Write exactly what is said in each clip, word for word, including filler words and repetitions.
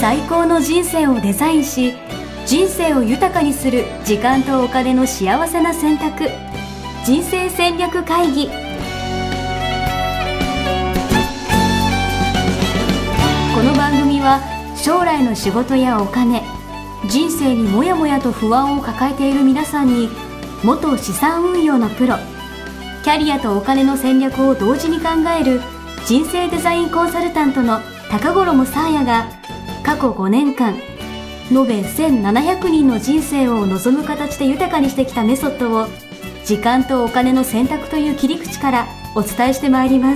最高の人生をデザインし、人生を豊かにする時間とお金の幸せな選択、人生戦略会議。この番組は将来の仕事やお金、人生にもやもやと不安を抱えている皆さんに、元資産運用のプロ、キャリアとお金の戦略を同時に考える人生デザインコンサルタントの高頃もさあやが、過去ごねんかん延べせんななひゃくにんの人生を望む形で豊かにしてきたメソッドを、時間とお金の選択という切り口からお伝えしてまいります。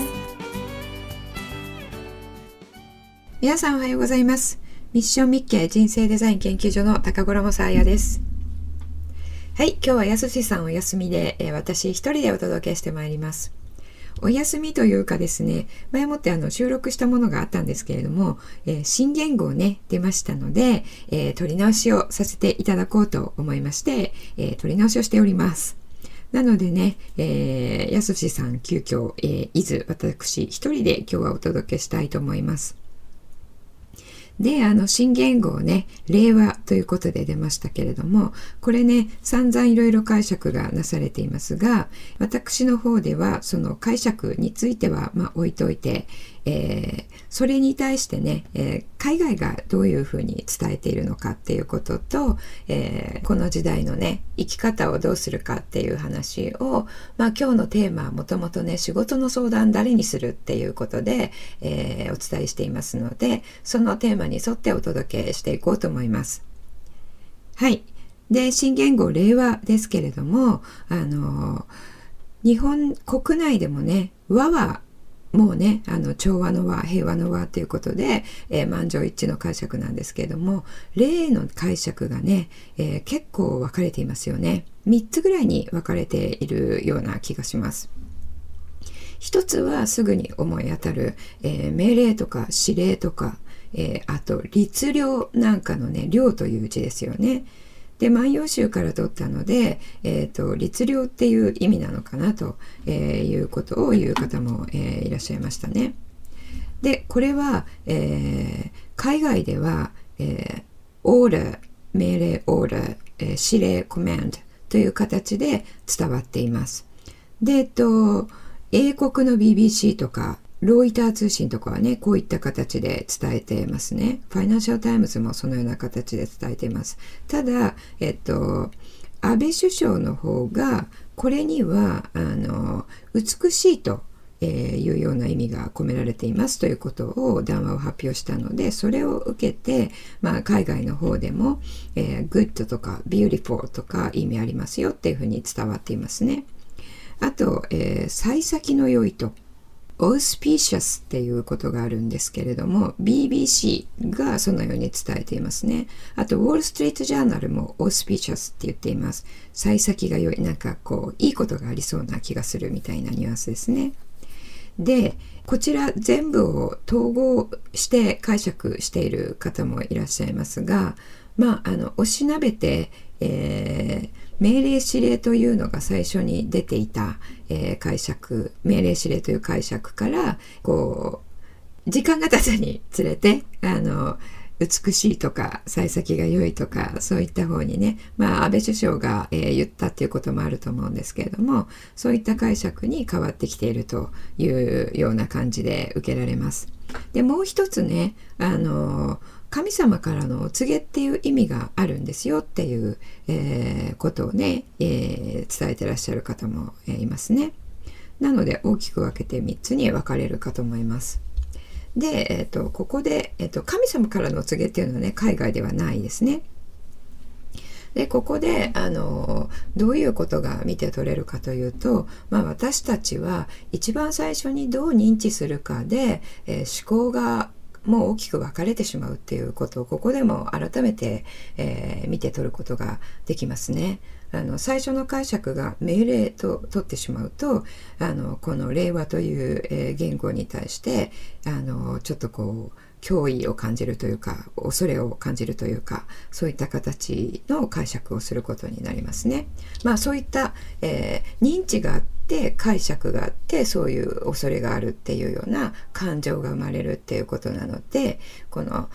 皆さんおはようございます。ミッションミッケ人生デザイン研究所の高頃もさあやです。はい、今日はやすしさんお休みで、えー、私一人でお届けしてまいります。お休みというかですね、前もってあの収録したものがあったんですけれども、えー、新言語ね出ましたので、えー、撮り直しをさせていただこうと思いまして、えー、撮り直しをしております。なのでね、えー、やすしさん急遽、えー、いず私一人で今日はお届けしたいと思います。で、あの、新言語をね、令和ということで出ましたけれども、これね、散々いろいろ解釈がなされていますが、私の方では、その解釈については、まあ、置いといて、えー、それに対してね、えー、海外がどういうふうに伝えているのかっていうことと、えー、この時代のね、生き方をどうするかっていう話を、まあ、今日のテーマはもともとね、仕事の相談誰にするっていうことで、えー、お伝えしていますので、そのテーマに沿ってお届けしていこうと思います。はい。で、新言語令和ですけれども、あの、日本国内でもね、和はもうね、あの、調和の和、平和の和ということで、えー、満場一致の解釈なんですけれども、例の解釈がね、えー、結構分かれていますよね。みっつぐらいに分かれているような気がします。一つはすぐに思い当たる、えー、命令とか指令とか、えー、あと律令なんかのね、令という字ですよね。で、万葉集から取ったので、えっと、律令っていう意味なのかなと、えー、いうことを言う方も、えー、いらっしゃいましたね。で、これは、えー、海外では、えー、order、命令 order、えー、指令 command という形で伝わっています。で、えっと、英国の ビービーシー とか、ロイター通信とかはね、こういった形で伝えてますね。ファイナンシャルタイムズもそのような形で伝えています。ただ、えっと、安倍首相の方が、これには、あの、美しいというような意味が込められていますということを談話を発表したので、それを受けて、まあ、海外の方でも、えー、good とか beautiful とか意味ありますよっていうふうに伝わっていますね。あと、えー、幸先の良いと。auspicious っていうことがあるんですけれども、ビービーシー がそのように伝えていますね。あと、ウォールストリートジャーナルも auspicious って言っています。幸先が良い、なんかこう、いいことがありそうな気がするみたいなニュアンスですね。で、こちら全部を統合して解釈している方もいらっしゃいますが、まあ、あの、おしなべて、えー命令指令というのが最初に出ていた、えー、解釈、命令指令という解釈から、こう、時間が経つにつれて、あの、美しいとか、幸先が良いとか、そういった方にね、まあ、安倍首相が、えー、言ったっていうこともあると思うんですけれども、そういった解釈に変わってきているというような感じで受けられます。で、もう一つね、あの、神様からのお告げっていう意味があるんですよっていう、えー、ことをね、えー、伝えてらっしゃる方も、えー、いますね。なので大きく分けてみっつに分かれるかと思います。で、えーと、ここで、えーと、神様からのお告げっていうのはね、海外ではないですね。で、ここで、あの、どういうことが見て取れるかというと、まあ私たちは一番最初にどう認知するかで、えー、思考がもう大きく分かれてしまうっていうことをここでも改めて、えー、見て取ることができますね。あの最初の解釈が命令と取ってしまうと、あのこの令和という、えー、言語に対してあのちょっとこう脅威を感じるというか恐れを感じるというか、そういった形の解釈をすることになりますね。まあそういった、えー、認知があって解釈があってそういう恐れがあるっていうような感情が生まれるっていうことなので、この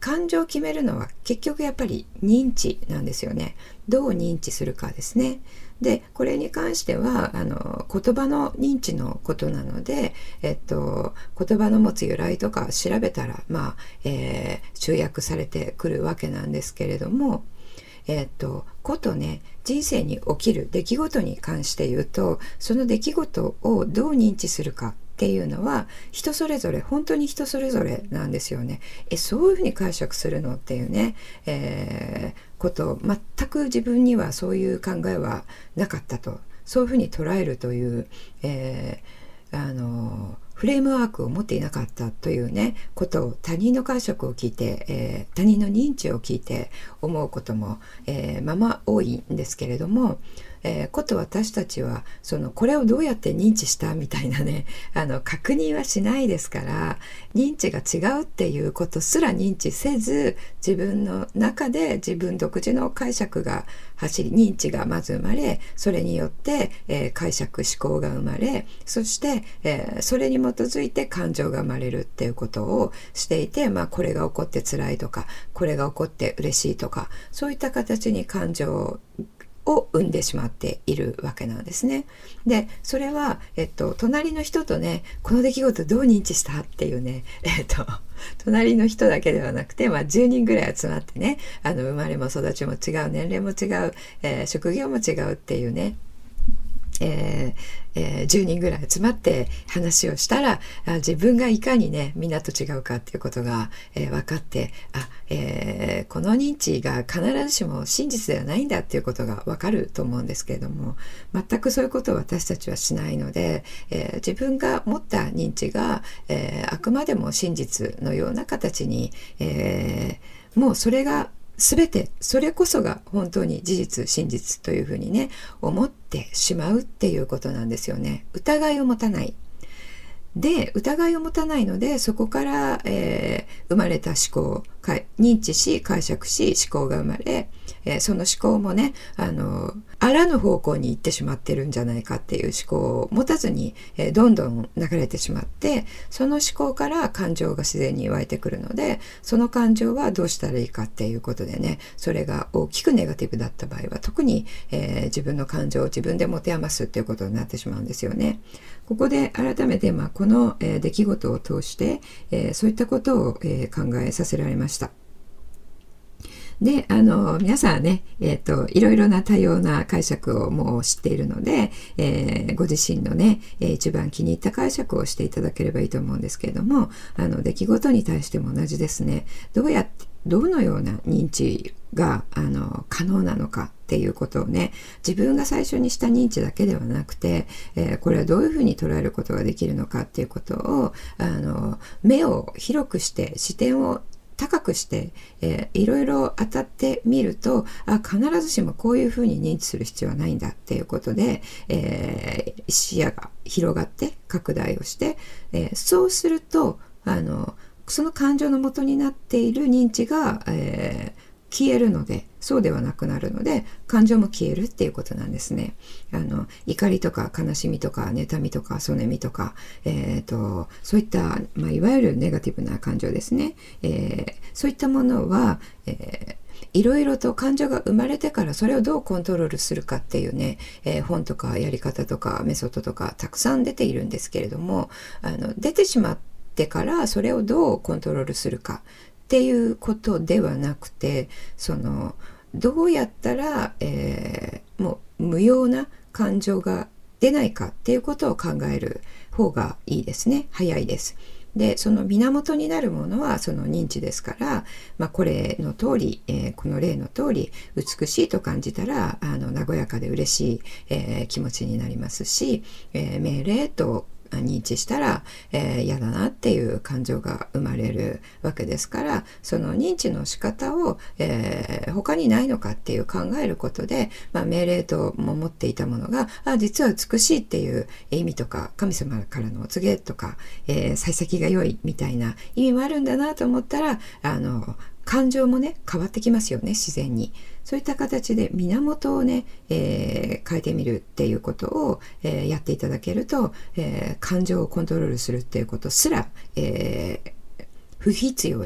感情を決めるのは結局やっぱり認知なんですよね。どう認知するかですね。でこれに関してはあの言葉の認知のことなので、えっと、言葉の持つ由来とか調べたら、まあえー、集約されてくるわけなんですけれども、えっと、ことね人生に起きる出来事に関して言うと、その出来事をどう認知するかっていうのは人それぞれ、本当に人それぞれなんですよね。えそういうふうに解釈するのっていうね、えー、こと全く自分にはそういう考えはなかったと、そういうふうに捉えるという、えー、あのフレームワークを持っていなかったというねことを他人の解釈を聞いて、えー、他人の認知を聞いて思うことも、えー、まま多いんですけれども、えー、こと私たちはそのこれをどうやって認知したみたいなねあの確認はしないですから、認知が違うっていうことすら認知せず、自分の中で自分独自の解釈が走り、認知がまず生まれ、それによって、えー、解釈思考が生まれ、そして、えー、それに基づいて感情が生まれるっていうことをしていて、まあこれが起こって辛いとか、これが起こって嬉しいとか、そういった形に感情を生んでしまっているわけなんですね。でそれは、えっと、隣の人とねこの出来事どう認知したっていうね、えっと、隣の人だけではなくて、まあ、じゅうにんぐらい集まってね、あの生まれも育ちも違う、年齢も違う、えー、職業も違うっていうね、えーえー、じゅうにんぐらい集まって話をしたら、あ自分がいかにねみんなと違うかっていうことが、えー、分かって、あ、えー、この認知が必ずしも真実ではないんだっていうことが分かると思うんですけれども、全くそういうことを私たちはしないので、えー、自分が持った認知が、えー、あくまでも真実のような形に、えー、もうそれがすべて、それこそが本当に事実真実というふうにね思ってしまうっていうことなんですよね。疑いを持たないで、疑いを持たないので、そこから、えー、生まれた思考、認知し解釈し思考が生まれ、えー、その思考もねあのあらぬ方向に行ってしまってるんじゃないかっていう思考を持たずに、えー、どんどん流れてしまって、その思考から感情が自然に湧いてくるので、その感情はどうしたらいいかっていうことでね、それが大きくネガティブだった場合は特に、えー、自分の感情を自分で持て余すっていうことになってしまうんですよね。ここで改めて、まあ、この、えー、出来事を通して、えー、そういったことを、えー、考えさせられました。で、あの、皆さんね、えっと、いろいろな多様な解釈をもう知っているので、えー、ご自身のね、えー、一番気に入った解釈をしていただければいいと思うんですけれども、あの、出来事に対しても同じですね。どうやって、どのような認知が、あの、可能なのかっていうことをね、自分が最初にした認知だけではなくて、えー、これはどういうふうに捉えることができるのかっていうことを、あの、目を広くして、視点を高くして、えー、いろいろ当たってみると、あ、必ずしもこういうふうに認知する必要はないんだっていうことで、えー、視野が広がって拡大をして、えー、そうするとあのその感情の元になっている認知が、えー消えるので、そうではなくなるので、感情も消えるっていうことなんですね。あの怒りとか悲しみとか妬みとかそねみとか、えーと、そういった、まあ、いわゆるネガティブな感情ですね、えー、そういったものは、えー、いろいろと感情が生まれてからそれをどうコントロールするかっていうね、えー、本とかやり方とかメソッドとかたくさん出ているんですけれども、あの出てしまってからそれをどうコントロールするかっていうことではなくて、そのどうやったら、えー、もう無用な感情が出ないかっていうことを考える方がいいですね。早いです。で、その源になるものはその認知ですから、まあ、これの通り、えー、この例の通り美しいと感じたらあの和やかで嬉しい、えー、気持ちになりますし、えー、命令と認知したら、えー、嫌だなっていう感情が生まれるわけですから、その認知の仕方を、えー、他にないのかっていう考えることで、まあ、命令とも持っていたものが、あ、実は美しいっていう意味とか、神様からのお告げとか、えー、幸先が良いみたいな意味もあるんだなと思ったら、あの感情もね変わってきますよね、自然に。そういった形で源をね、えー、変えてみるっていうことを、えー、やっていただけると、えー、感情をコントロールするっていうことすら、えー、不必要に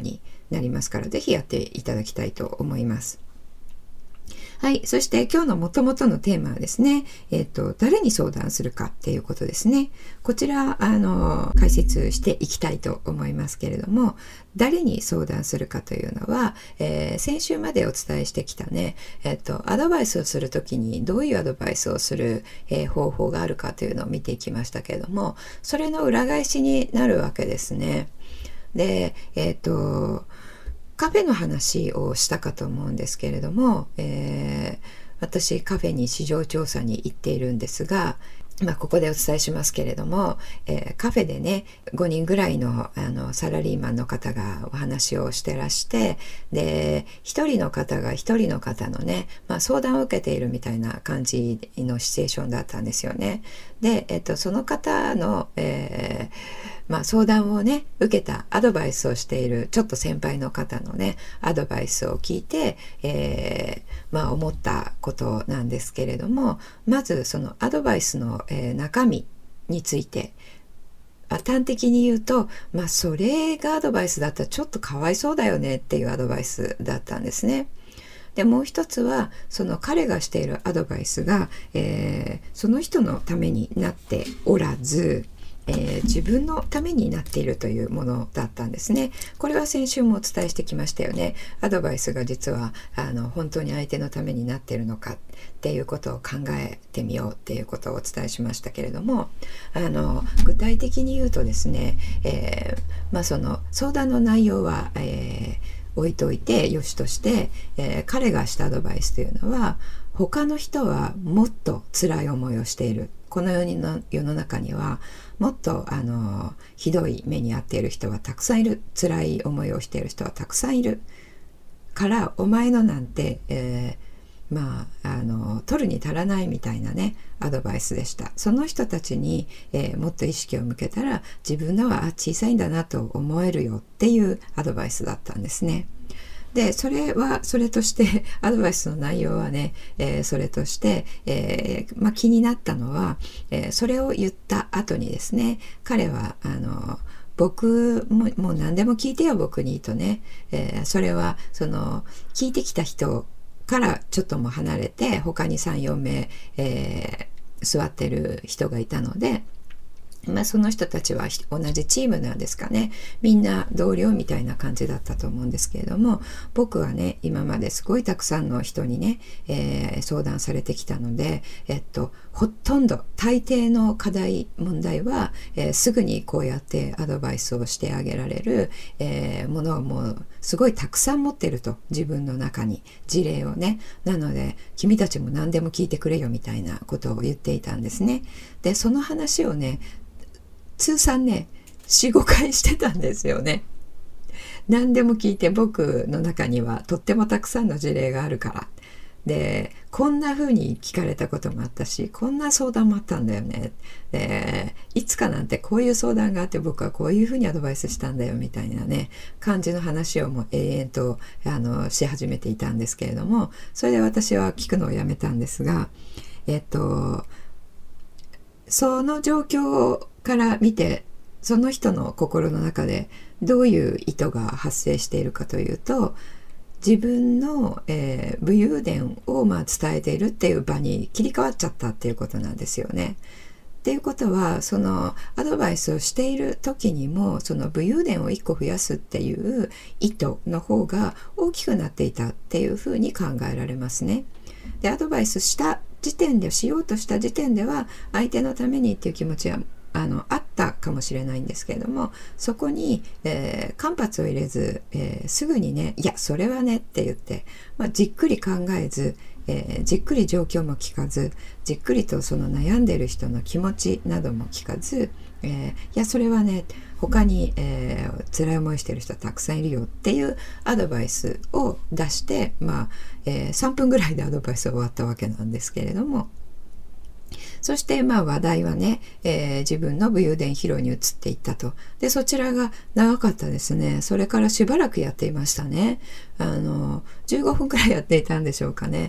なりますから、ぜひやっていただきたいと思います。はい。そして今日の元々のテーマはですね、えっと、誰に相談するかっていうことですね。こちら、あの、解説していきたいと思いますけれども、誰に相談するかというのは、えー、先週までお伝えしてきたね、えっと、アドバイスをするときにどういうアドバイスをする、えー、方法があるかというのを見ていきましたけれども、それの裏返しになるわけですね。で、えっと、カフェの話をしたかと思うんですけれども、えー、私カフェに市場調査に行っているんですが、まあ、ここでお伝えしますけれども、えー、カフェでねごにんぐらいの、あのサラリーマンの方がお話をしてらして、でひとりの方がひとりの方のね、まあ、相談を受けているみたいな感じのシチュエーションだったんですよね。で、えっと、その方の、えーまあ、相談をね受けたアドバイスをしているちょっと先輩の方のねアドバイスを聞いて、えーまあ、思ったことなんですけれども、まずそのアドバイスの、えー、中身について端的に言うと、まあ、それがアドバイスだったらちょっとかわいそうだよねっていうアドバイスだったんですね。でもう一つはその彼がしているアドバイスが、えー、その人のためになっておらず、えー、自分のためになっているというものだったんですね。これは先週もお伝えしてきましたよね。アドバイスが実はあの本当に相手のためになっているのかっていうことを考えてみようっていうことをお伝えしましたけれども、あの具体的に言うとですね、えーまあ、その相談の内容は、えー、置いといてよしとして、えー、彼がしたアドバイスというのは、他の人はもっと辛い思いをしている。この世の世の中にはもっとあのひどい目に遭っている人はたくさんいる。辛い思いをしている人はたくさんいるからお前のなんて、えー、まああの取るに足らないみたいなねアドバイスでした。その人たちに、えー、もっと意識を向けたら自分のは小さいんだなと思えるよっていうアドバイスだったんですね。で、それはそれとしてアドバイスの内容はね、えー、それとして、えーまあ、気になったのは、えー、それを言った後にですね、彼はあの僕ももう何でも聞いてよ僕にとね、えー、それはその聞いてきた人からちょっとも離れて他に さん,よん 名、えー、座ってる人がいたので、まあ、その人たちは同じチームなんですかね。みんな同僚みたいな感じだったと思うんですけれども、僕はね今まですごいたくさんの人にね、えー、相談されてきたので、えっとほとんど大抵の課題問題は、えー、すぐにこうやってアドバイスをしてあげられる、えー、ものをもうすごいたくさん持ってると、自分の中に事例をね。なので君たちも何でも聞いてくれよみたいなことを言っていたんですね。でその話をね通算ね よん,ご 回してたんですよね。何でも聞いて、僕の中にはとってもたくさんの事例があるから。でこんな風に聞かれたこともあったし、こんな相談もあったんだよね。でいつかなんてこういう相談があって僕はこういう風にアドバイスしたんだよみたいなね感じの話をもう永遠とあのし始めていたんですけれども、それで私は聞くのをやめたんですが、えっとその状況から見て、その人の心の中でどういう意図が発生しているかというと、自分の、えー、武勇伝をまあ伝えているっていう場に切り替わっちゃったっていうことなんですよね。っていうことは、そのアドバイスをしている時にもその武勇伝をいっこ増やすっていう意図の方が大きくなっていたっていうふうに考えられますね。でアドバイスした時点でしようとした時点では相手のためにっていう気持ちはあのあったかもしれないんですけれども、そこに、えー、間髪を入れず、えー、すぐにねいやそれはねって言って、まあ、じっくり考えず、えー、じっくり状況も聞かず、じっくりとその悩んでいる人の気持ちなども聞かず、えー、いやそれはね他に、えー、辛い思いしている人はたくさんいるよっていうアドバイスを出して、まあえー、さんぷんぐらいでアドバイスが終わったわけなんですけれども、そしてまあ話題はね、えー、自分の武勇伝披露に移っていったと。でそちらが長かったですね。それからしばらくやっていましたね。あのじゅうごふんくらいやっていたんでしょうかね。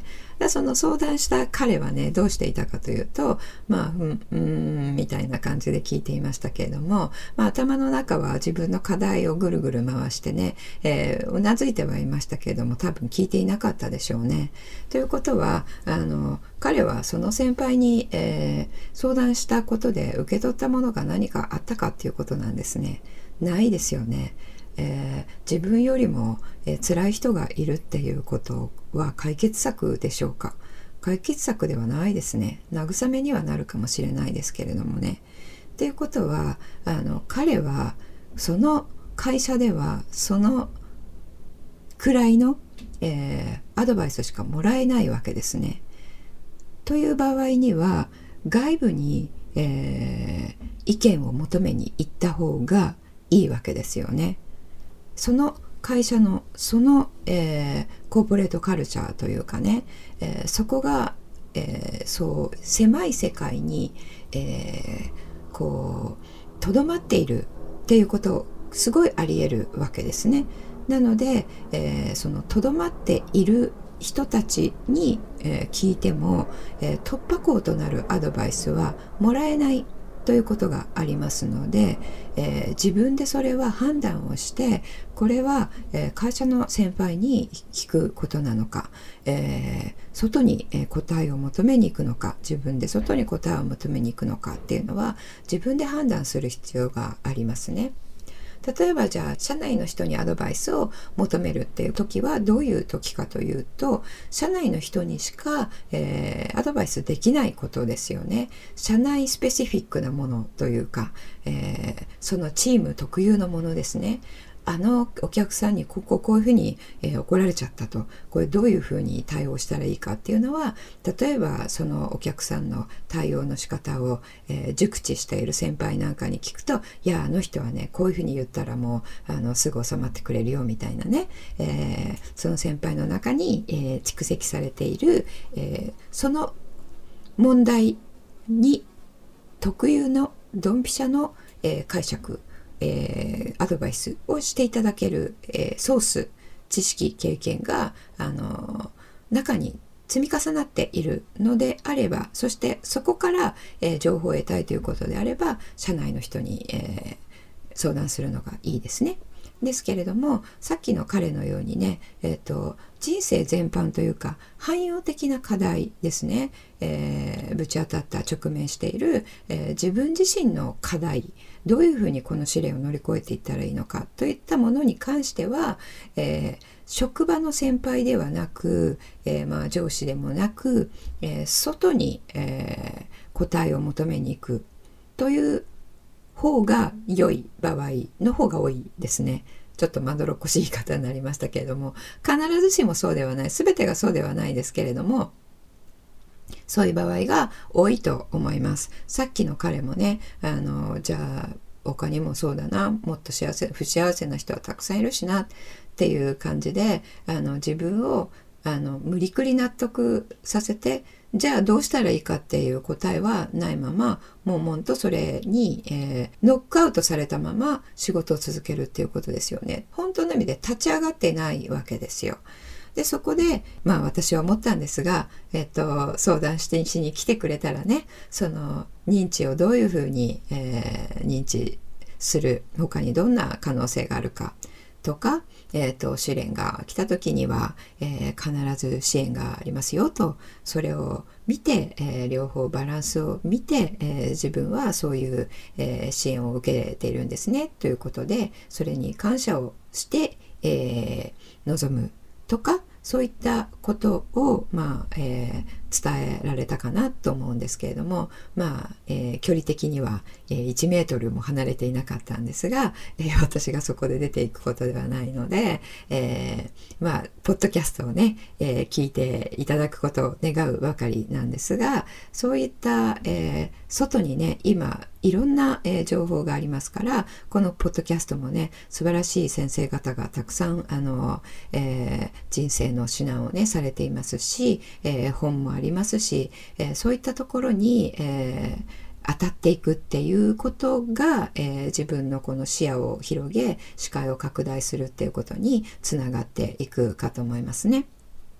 だその相談した彼はね、どうしていたかというと、まあ、うん、うーん、みたいな感じで聞いていましたけれども、まあ、頭の中は自分の課題をぐるぐる回してね、えー、うなずいてはいましたけれども、多分聞いていなかったでしょうね。ということは、あの、彼はその先輩に、えー、相談したことで受け取ったものが何かあったかっていうことなんですね。ないですよね。えー、自分よりも、えー、辛い人がいるっていうことは解決策でしょうか。解決策ではないですね。慰めにはなるかもしれないですけれどもね。っていうことは、あの彼はその会社ではそのくらいの、えー、アドバイスしかもらえないわけですね。という場合には外部に、えー、意見を求めに行った方がいいわけですよね。その会社のその、えー、コーポレートカルチャーというかね、えー、そこが、えー、そう狭い世界に、えー、こうとどまっているっていうことすごいあり得るわけですね。なので、えー、そのとどまっている人たちに、えー、聞いても、えー、突破口となるアドバイスはもらえないということがありますので、えー、自分でそれは判断をして、これは、えー、会社の先輩に聞くことなのか、えー、外に、えー、答えを求めに行くのか、自分で外に答えを求めに行くのかっていうのは自分で判断する必要がありますね。例えばじゃあ社内の人にアドバイスを求めるっていう時はどういう時かというと、社内の人にしか、えー、アドバイスできないことですよね。社内スペシフィックなものというか、えー、そのチーム特有のものですね。あのお客さんにこここういうふうに、えー、怒られちゃったと、これどういうふうに対応したらいいかっていうのは、例えばそのお客さんの対応の仕方を、えー、熟知している先輩なんかに聞くと、いやあの人はねこういうふうに言ったらもうあのすぐ収まってくれるよみたいなね、えー、その先輩の中に、えー、蓄積されている、えー、その問題に特有のドンピシャの、えー、解釈、えー、アドバイスをしていただける、えー、ソース、知識、経験が、あのー、中に積み重なっているのであれば、そしてそこから、えー、情報を得たいということであれば、社内の人に、えー、相談するのがいいですね。ですけれども、さっきの彼のようにね、えーと、人生全般というか汎用的な課題ですね、えー、ぶち当たった直面している、えー、自分自身の課題、どういうふうにこの試練を乗り越えていったらいいのかといったものに関しては、えー、職場の先輩ではなく、えーまあ、上司でもなく、えー、外に、えー、答えを求めに行くという方が良い場合の方が多いですね。ちょっとまどろっこしい言い方になりましたけれども、必ずしもそうではない、全てがそうではないですけれども、そういう場合が多いと思います。さっきの彼もね、あのじゃあ他にもそうだな、もっと幸せ不幸せな人はたくさんいるしなっていう感じで、あの自分をあの無理くり納得させて、じゃあどうしたらいいかっていう答えはないまま、悶々とそれに、えー、ノックアウトされたまま仕事を続けるっていうことですよね。本当の意味で立ち上がってないわけですよ。でそこでまあ私は思ったんですが、えっと、相談してしに来てくれたらね、その認知をどういうふうに、えー、認知する、他にどんな可能性があるかとか、えーと、試練が来た時には、えー、必ず支援がありますよと、それを見て、えー、両方バランスを見て、えー、自分はそういう、えー、支援を受けているんですねということで、それに感謝をして、えー、臨むとか、そういったことを、まあえー、伝えられたかなと思うんですけれども、まあえー、距離的には、えー、いちメートルも離れていなかったんですが、えー、私がそこで出ていくことではないので、えー、まあポッドキャストをね、えー、聞いていただくことを願うばかりなんですが、そういった、えー、外にね今いろんな、えー、情報がありますから、このポッドキャストもね素晴らしい先生方がたくさんあの、えー、人生の指南をねされていますし、えー、本もありますし、えー、そういったところに、えー、当たっていくっていうことが、えー、自分のこの視野を広げ視界を拡大するっていうことにつながっていくかと思いますね。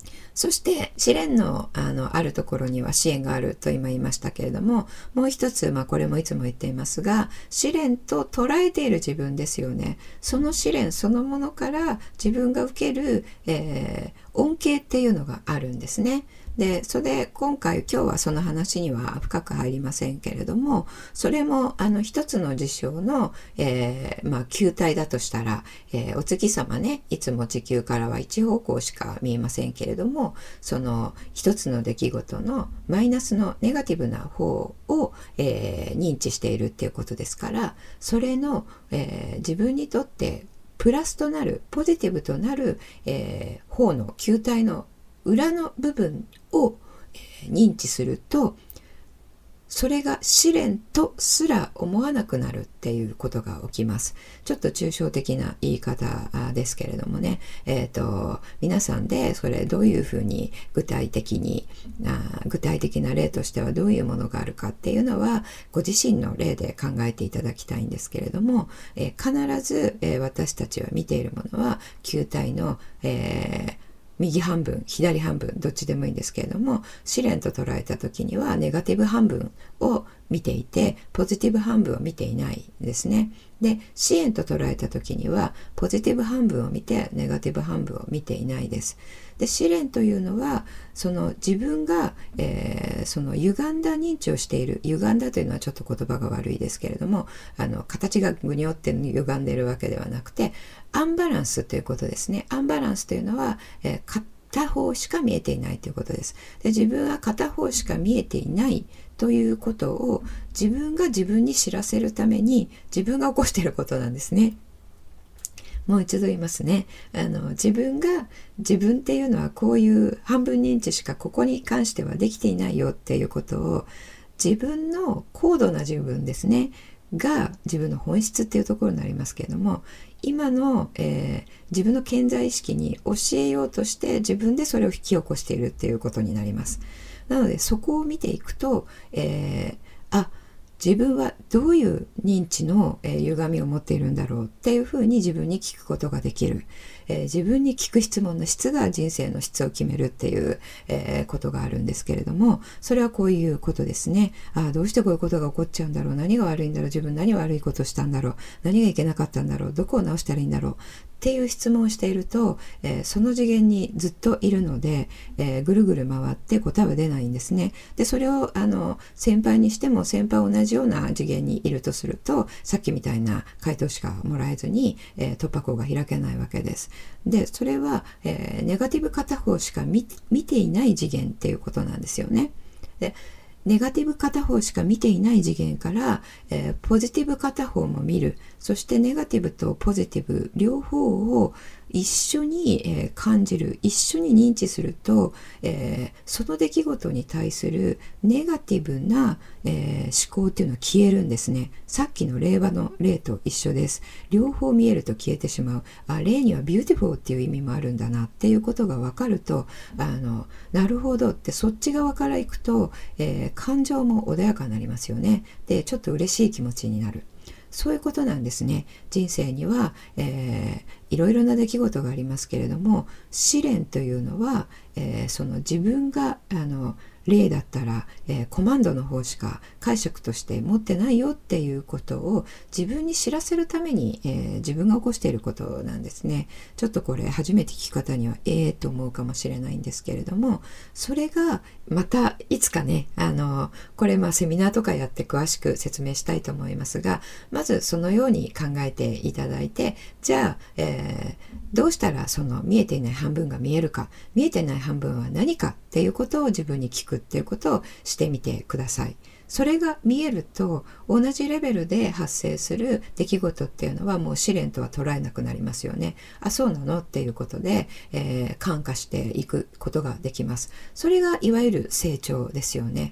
そして試練の あのあるところには支援があると今言いましたけれども、もう一つ、まあ、これもいつも言っていますが、試練と捉えている自分ですよね。その試練そのものから自分が受ける、えー、恩恵っていうのがあるんですね。で、それ今回今日はその話には深く入りませんけれども、それもあの一つの事象の、えー、まあ球体だとしたら、えー、お月様ね、いつも地球からは一方向しか見えませんけれども、その一つの出来事のマイナスのネガティブな方を、えー、認知しているっていうことですから、それの、えー、自分にとってプラスとなるポジティブとなる、えー、方の球体の裏の部分を認知すると、それが試練とすら思わなくなるっていうことが起きます。ちょっと抽象的な言い方ですけれどもね、えーと、皆さんでそれどういうふうに具体的にあ具体的な例としてはどういうものがあるかっていうのはご自身の例で考えていただきたいんですけれども、えー、必ず、えー、私たちは見ているものは球体の、えー右半分、左半分、どっちでもいいんですけれども、試練と捉えた時にはネガティブ半分を見ていて、ポジティブ半分を見ていないですね。で、支援と捉えた時には、ポジティブ半分を見て、ネガティブ半分を見ていないです。で、試練というのは、その自分が、えー、その歪んだ認知をしている。歪んだというのはちょっと言葉が悪いですけれども、あの、形がぐにょって歪んでいるわけではなくて、アンバランスということですね。アンバランスというのは、えー、片方しか見えていないということです。で、自分は片方しか見えていないということを自分が自分に知らせるために自分が起こしていることなんですね。もう一度言いますね。あの、自分が、自分っていうのはこういう半分認知しかここに関してはできていないよっていうことを、自分の高度な自分ですね、が自分の本質っていうところになりますけれども、今の、えー、自分の顕在意識に教えようとして自分でそれを引き起こしているっていうことになります。なのでそこを見ていくと、えー、あ、自分はどういう認知の、えー、歪みを持っているんだろうっていうふうに自分に聞くことができる。えー、自分に聞く質問の質が人生の質を決めるっていう、えー、ことがあるんですけれども、それはこういうことですね。ああ、どうしてこういうことが起こっちゃうんだろう。何が悪いんだろう。自分何悪いことしたんだろう。何がいけなかったんだろう。どこを直したらいいんだろう。っていう質問をしていると、えー、その次元にずっといるので、えー、ぐるぐる回って答えは出ないんですね。で、それをあの先輩にしても先輩は同じような次元にいるとすると、さっきみたいな回答しかもらえずに、えー、突破口が開けないわけです。で、それは、えー、ネガティブ片方しか 見, 見ていない次元っていうことなんですよね。で、ネガティブ片方しか見ていない次元から、えー、ポジティブ片方も見る。そしてネガティブとポジティブ両方を一緒に、えー、感じる、一緒に認知すると、えー、その出来事に対するネガティブな、えー、思考っていうのは消えるんですね。さっきの令和の例と一緒です。両方見えると消えてしまう。あ、例にはビューティフォーっていう意味もあるんだなっていうことが分かると、あの、なるほどってそっち側から行くと、えー、感情も穏やかになりますよね。で、ちょっと嬉しい気持ちになる。そういうことなんですね。人生には、えー、いろいろな出来事がありますけれども、試練というのは、えー、その自分があの例だったら、えー、コマンドの方しか解釈として持ってないよっていうことを自分に知らせるために、えー、自分が起こしていることなんですね。ちょっとこれ初めて聞く方にはええと思うかもしれないんですけれども、それがまたいつかね、あのこれまあセミナーとかやって詳しく説明したいと思いますが、まずそのように考えていただいて、じゃあ、えー、どうしたらその見えていない半分が見えるか、見えていない半分は何かっていうことを自分に聞くっていうことをしてみてください。それが見えると同じレベルで発生する出来事っていうのはもう試練とは捉えなくなりますよね。あ、そうなのっていうことで、えー、感化していくことができます。それがいわゆる成長ですよね。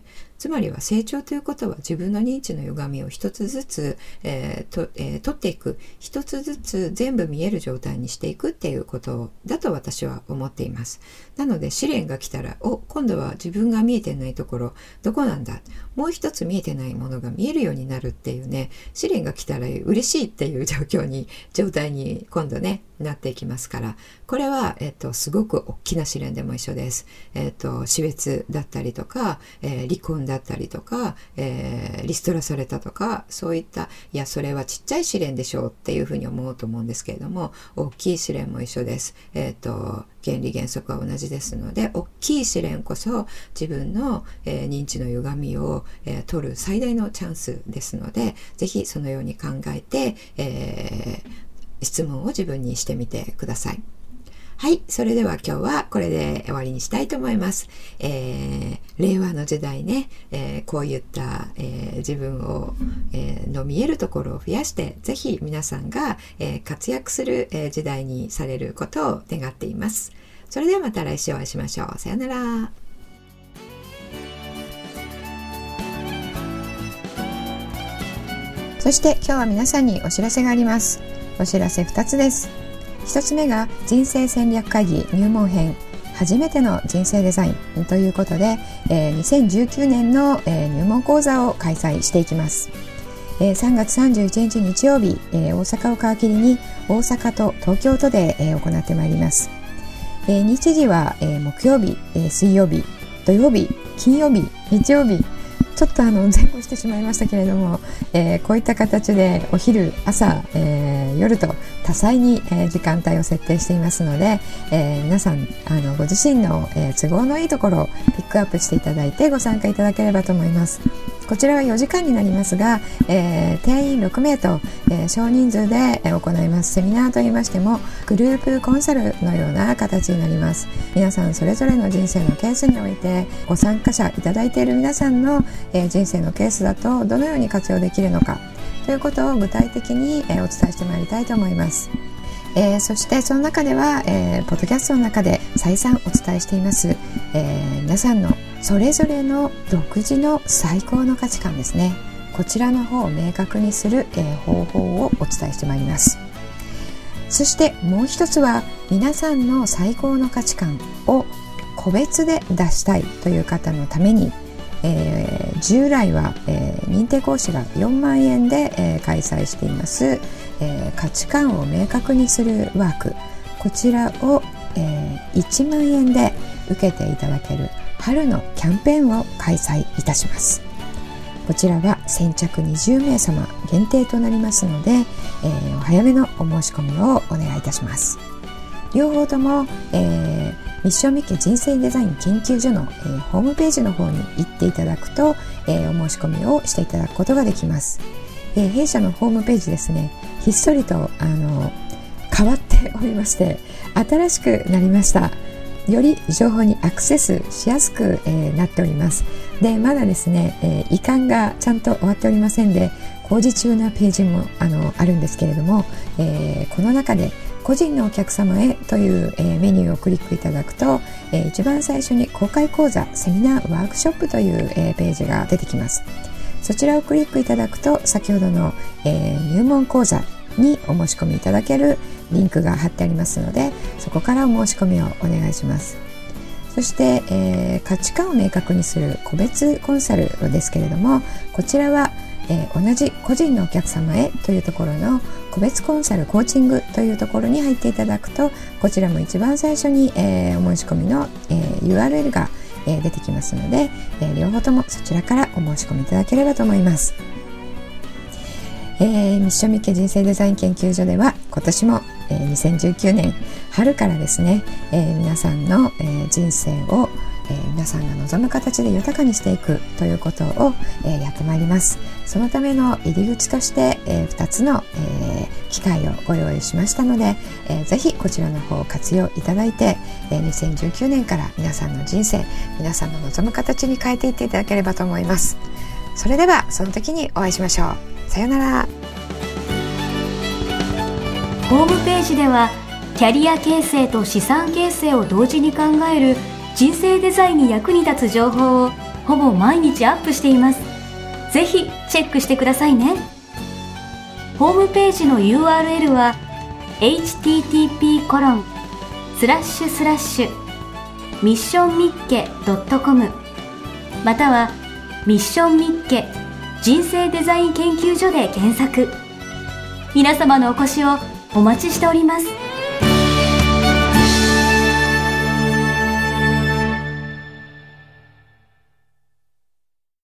つまりは成長ということは自分の認知の歪みを一つずつ、えーとえー、取っていく、一つずつ全部見える状態にしていくっていうことだと私は思っています。なので試練が来たら、お、今度は自分が見えてないところどこなんだ、もう一つ見えてないものが見えるようになるっていうね、試練が来たら嬉しいっていう状況に状態に今度ねなっていきますから、これは、えっと、すごく大きな試練でも一緒です。えっと、死別だったりとか、えー、離婚だったりとか、えー、リストラされたとか、そういった、いやそれはちっちゃい試練でしょうっていうふうに思うと思うんですけれども、大きい試練も一緒です。えっと原理原則は同じですので、大きい試練こそ自分の、えー、認知の歪みを、えー、取る最大のチャンスですので、ぜひそのように考えて、えー、質問を自分にしてみてください。はい、それでは今日はこれで終わりにしたいと思います。えー、令和の時代ね、えー、こういった、えー、自分を、えー、の見えるところを増やして、ぜひ皆さんが、えー、活躍する、えー、時代にされることを願っています。それではまた来週お会いしましょう。さよなら。そして今日は皆さんにお知らせがあります。お知らせふたつです。ひとつめが人生戦略会議入門編、初めての人生デザインということで、えー、にせんじゅうきゅうねんの、えー、入門講座を開催していきます。えー、さんがつさんじゅういちにち日曜日、えー、大阪を皮切りに大阪と東京都で、えー、行ってまいります。えー、日時は、えー、木曜日、えー、水曜日、土曜日、金曜日、日曜日、ちょっとあの前後してしまいましたけれども、えー、こういった形でお昼、朝、えー、夜と多彩に、えー、時間帯を設定していますので、えー、皆さんあのご自身の、えー、都合のいいところをピックアップしていただいてご参加いただければと思います。こちらはよじかんになりますが、えー、定員ろくめいと、えー、少人数で行います。セミナーといいましてもグループコンサルのような形になります。皆さんそれぞれの人生のケースにおいてご参加者いただいている皆さんの、えー、人生のケースだとどのように活用できるのかということを具体的に、えー、お伝えしてまいりたいと思います。えー、そしてその中では、えー、ポッドキャストの中で再三お伝えしています、えー、皆さんのそれぞれの独自の最高の価値観ですね、こちらの方を明確にする、えー、方法をお伝えしてまいります。そしてもう一つは皆さんの最高の価値観を個別で出したいという方のために、えー、従来は、えー、認定講師がよんまんえんで、えー、開催しています、えー、価値観を明確にするワーク、こちらを、えー、いちまんえんで受けていただける春のキャンペーンを開催いたします。こちらは先着にじゅうめいさま限定となりますので、えー、お早めのお申し込みをお願いいたします。両方とも、えー、ミッションミッケ人生デザイン研究所の、えー、ホームページの方に行っていただくと、えー、お申し込みをしていただくことができます。えー、弊社のホームページですね、ひっそりとあの変わっておりまして、新しくなりました。より情報にアクセスしやすく、えー、なっております。で、まだですね、えー、移管がちゃんと終わっておりませんで、工事中なページも あの、あるんですけれども、えー、この中で個人のお客様へという、えー、メニューをクリックいただくと、えー、一番最初に公開講座、セミナー、ワークショップという、えー、ページが出てきます。そちらをクリックいただくと、先ほどの、えー、入門講座にお申し込みいただけるリンクが貼ってありますので、そこからお申し込みをお願いします。そして、えー、価値観を明確にする個別コンサルですけれども、こちらは、えー、同じ個人のお客様へというところの個別コンサルコーチングというところに入っていただくと、こちらも一番最初に、えー、お申し込みの、えー、ユーアールエル が、えー、出てきますので、えー、両方ともそちらからお申し込みいただければと思います。えー、ミッションミッケ人生デザイン研究所では今年も、えー、にせんじゅうきゅうねん春からですね、えー、皆さんの、えー、人生を、えー、皆さんが望む形で豊かにしていくということを、えー、やってまいります。そのための入り口として、えー、ふたつの、えー、機会をご用意しましたので、えー、ぜひこちらの方を活用いただいて、えー、にせんじゅうきゅうねんから皆さんの人生、皆さんの望む形に変えていっていただければと思います。それではその時にお会いしましょう。さよなら。 ホームページではキャリア形成と資産形成を同時に考える人生デザインに役に立つ情報をほぼ毎日アップしています。ぜひチェックしてくださいね。ホームページの ユーアールエル は エイチティーティーピーコロンスラッシュスラッシュミッションミッケドットコム またはミッションミッケ人生デザイン研究所で検索。皆様のお越しをお待ちしております。